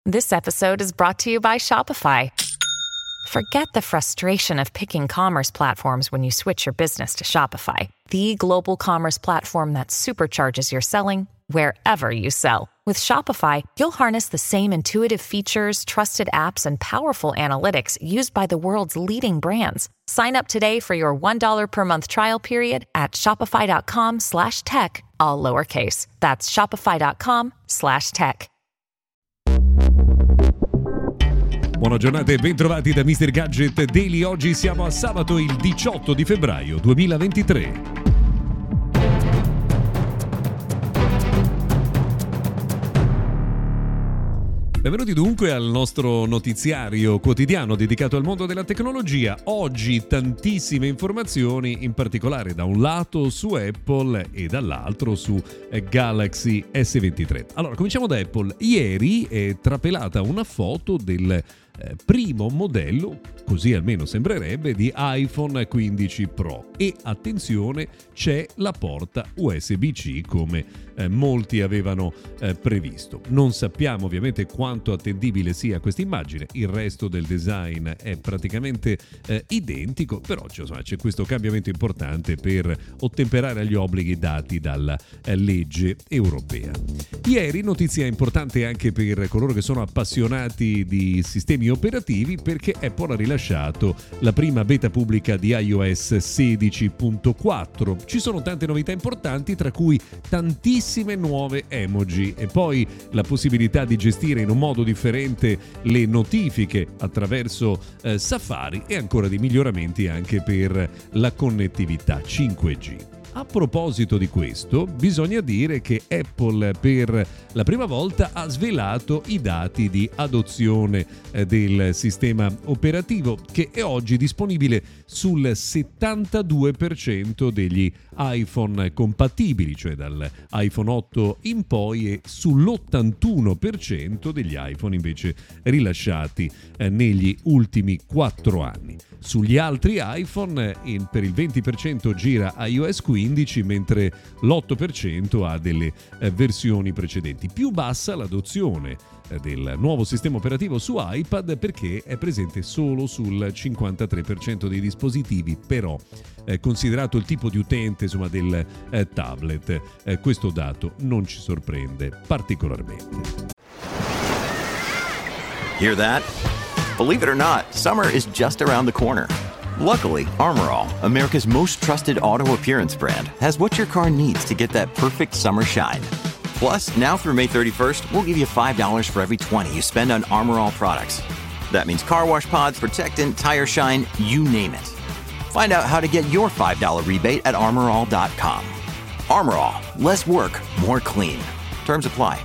This episode is brought to you by Shopify. Forget the frustration of picking commerce platforms when you switch your business to Shopify, the global commerce platform that supercharges your selling wherever you sell. With Shopify, you'll harness the same intuitive features, trusted apps, and powerful analytics used by the world's leading brands. Sign up today for your $1 per month trial period at shopify.com/tech, all lowercase. That's shopify.com/tech. Buona giornata e bentrovati da Mr. Gadget Daily. Oggi siamo a sabato il 18 di febbraio 2023. Benvenuti dunque al nostro notiziario quotidiano dedicato al mondo della tecnologia. Oggi tantissime informazioni, in particolare da un lato su Apple e dall'altro su Galaxy S23. Allora, cominciamo da Apple. Ieri è trapelata una foto del primo modello, così almeno sembrerebbe, di iPhone 15 Pro e attenzione, c'è la porta USB-C come molti avevano previsto. Non sappiamo ovviamente quanto attendibile sia questa immagine, il resto del design è praticamente identico, però c'è questo cambiamento importante per ottemperare agli obblighi dati dalla legge europea. Ieri notizia importante anche per coloro che sono appassionati di sistemi operativi, perché Apple ha rilasciato la prima beta pubblica di iOS 16.4. Ci sono tante novità importanti, tra cui tantissime nuove emoji e poi la possibilità di gestire in un modo differente le notifiche attraverso Safari e ancora dei miglioramenti anche per la connettività 5G. A proposito di questo, bisogna dire che Apple per la prima volta ha svelato i dati di adozione del sistema operativo, che è oggi disponibile sul 72% degli iPhone compatibili, cioè dal iPhone 8 in poi, e sull'81% degli iPhone invece rilasciati negli ultimi 4 anni. Sugli altri iPhone per il 20% gira iOS 15, mentre l'8% ha delle versioni precedenti. Più bassa l'adozione del nuovo sistema operativo su iPad, perché è presente solo sul 53% dei dispositivi, però considerato il tipo di utente del tablet, questo dato non ci sorprende particolarmente. Hear that? Believe it or not, summer is just around the corner. Luckily, Armor All, America's most trusted auto appearance brand, has what your car needs to get that perfect summer shine. Plus, now through May 31st, we'll give you $5 for every $20 you spend on Armor All products. That means car wash pods, protectant, tire shine, you name it. Find out how to get your $5 rebate at armorall.com. Armor All, less work, more clean. Terms apply.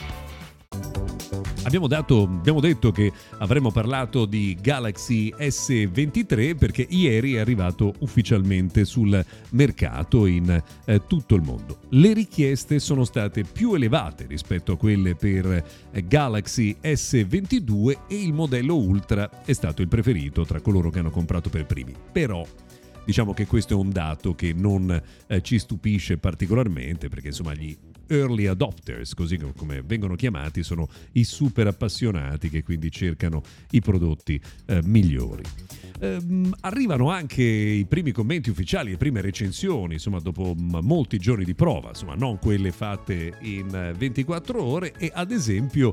Abbiamo detto che avremmo parlato di Galaxy S23 perché ieri è arrivato ufficialmente sul mercato in tutto il mondo. Le richieste sono state più elevate rispetto a quelle per Galaxy S22 e il modello Ultra è stato il preferito tra coloro che hanno comprato per primi. Però diciamo che questo è un dato che non ci stupisce particolarmente, perché insomma gli early adopters, così come vengono chiamati, sono i super appassionati che quindi cercano i prodotti migliori. Arrivano anche i primi commenti ufficiali, le prime recensioni, insomma, dopo molti giorni di prova, insomma, non quelle fatte in 24 ore, e ad esempio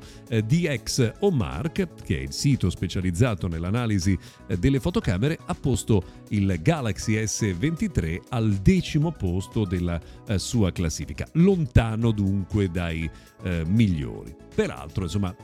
DxOMark, che è il sito specializzato nell'analisi delle fotocamere, ha posto il Galaxy S23 al 10° posto della sua classifica, lontano dunque dai migliori. Peraltro, insomma,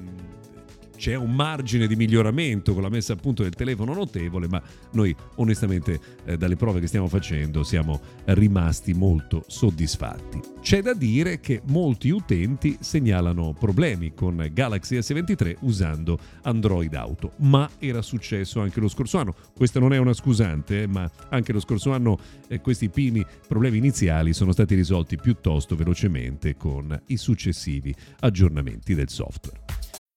c'è un margine di miglioramento con la messa a punto del telefono notevole, ma noi onestamente dalle prove che stiamo facendo siamo rimasti molto soddisfatti. C'è da dire che molti utenti segnalano problemi con Galaxy S23 usando Android Auto, ma era successo anche lo scorso anno. Questa non è una scusante, ma anche lo scorso anno questi primi problemi iniziali sono stati risolti piuttosto velocemente con i successivi aggiornamenti del software.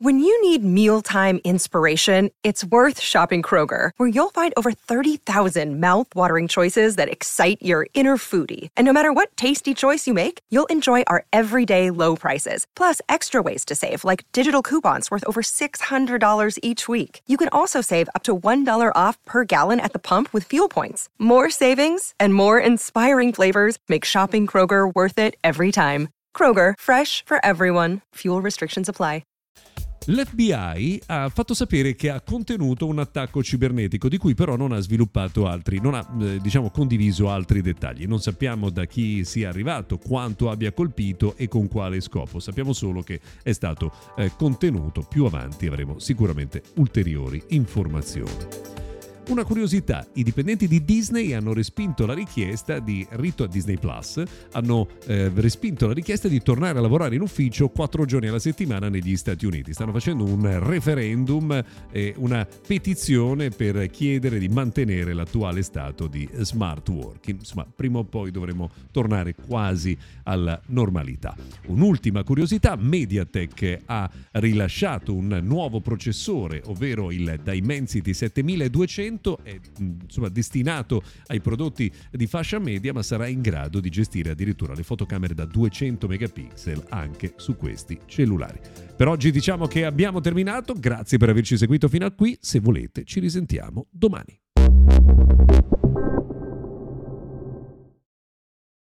When you need mealtime inspiration, it's worth shopping Kroger, where you'll find over 30,000 mouth-watering choices that excite your inner foodie. And no matter what tasty choice you make, you'll enjoy our everyday low prices, plus extra ways to save, like digital coupons worth over $600 each week. You can also save up to $1 off per gallon at the pump with fuel points. More savings and more inspiring flavors make shopping Kroger worth it every time. Kroger, fresh for everyone. Fuel restrictions apply. L'FBI ha fatto sapere che ha contenuto un attacco cibernetico di cui però non ha sviluppato altri, non ha condiviso altri dettagli. Non sappiamo da chi sia arrivato, quanto abbia colpito e con quale scopo. Sappiamo solo che è stato contenuto. Più avanti avremo sicuramente ulteriori informazioni. Una curiosità, i dipendenti di Disney hanno respinto la richiesta di Disney Plus, hanno respinto la richiesta di tornare a lavorare in ufficio 4 giorni alla settimana negli Stati Uniti. Stanno facendo un referendum e una petizione per chiedere di mantenere l'attuale stato di smart working. Insomma, prima o poi dovremo tornare quasi alla normalità. Un'ultima curiosità, MediaTek ha rilasciato un nuovo processore, ovvero il Dimensity 7200, è destinato ai prodotti di fascia media, ma sarà in grado di gestire addirittura le fotocamere da 200 megapixel anche su questi cellulari. Per oggi diciamo che abbiamo terminato, grazie per averci seguito fino a qui, se volete ci risentiamo domani.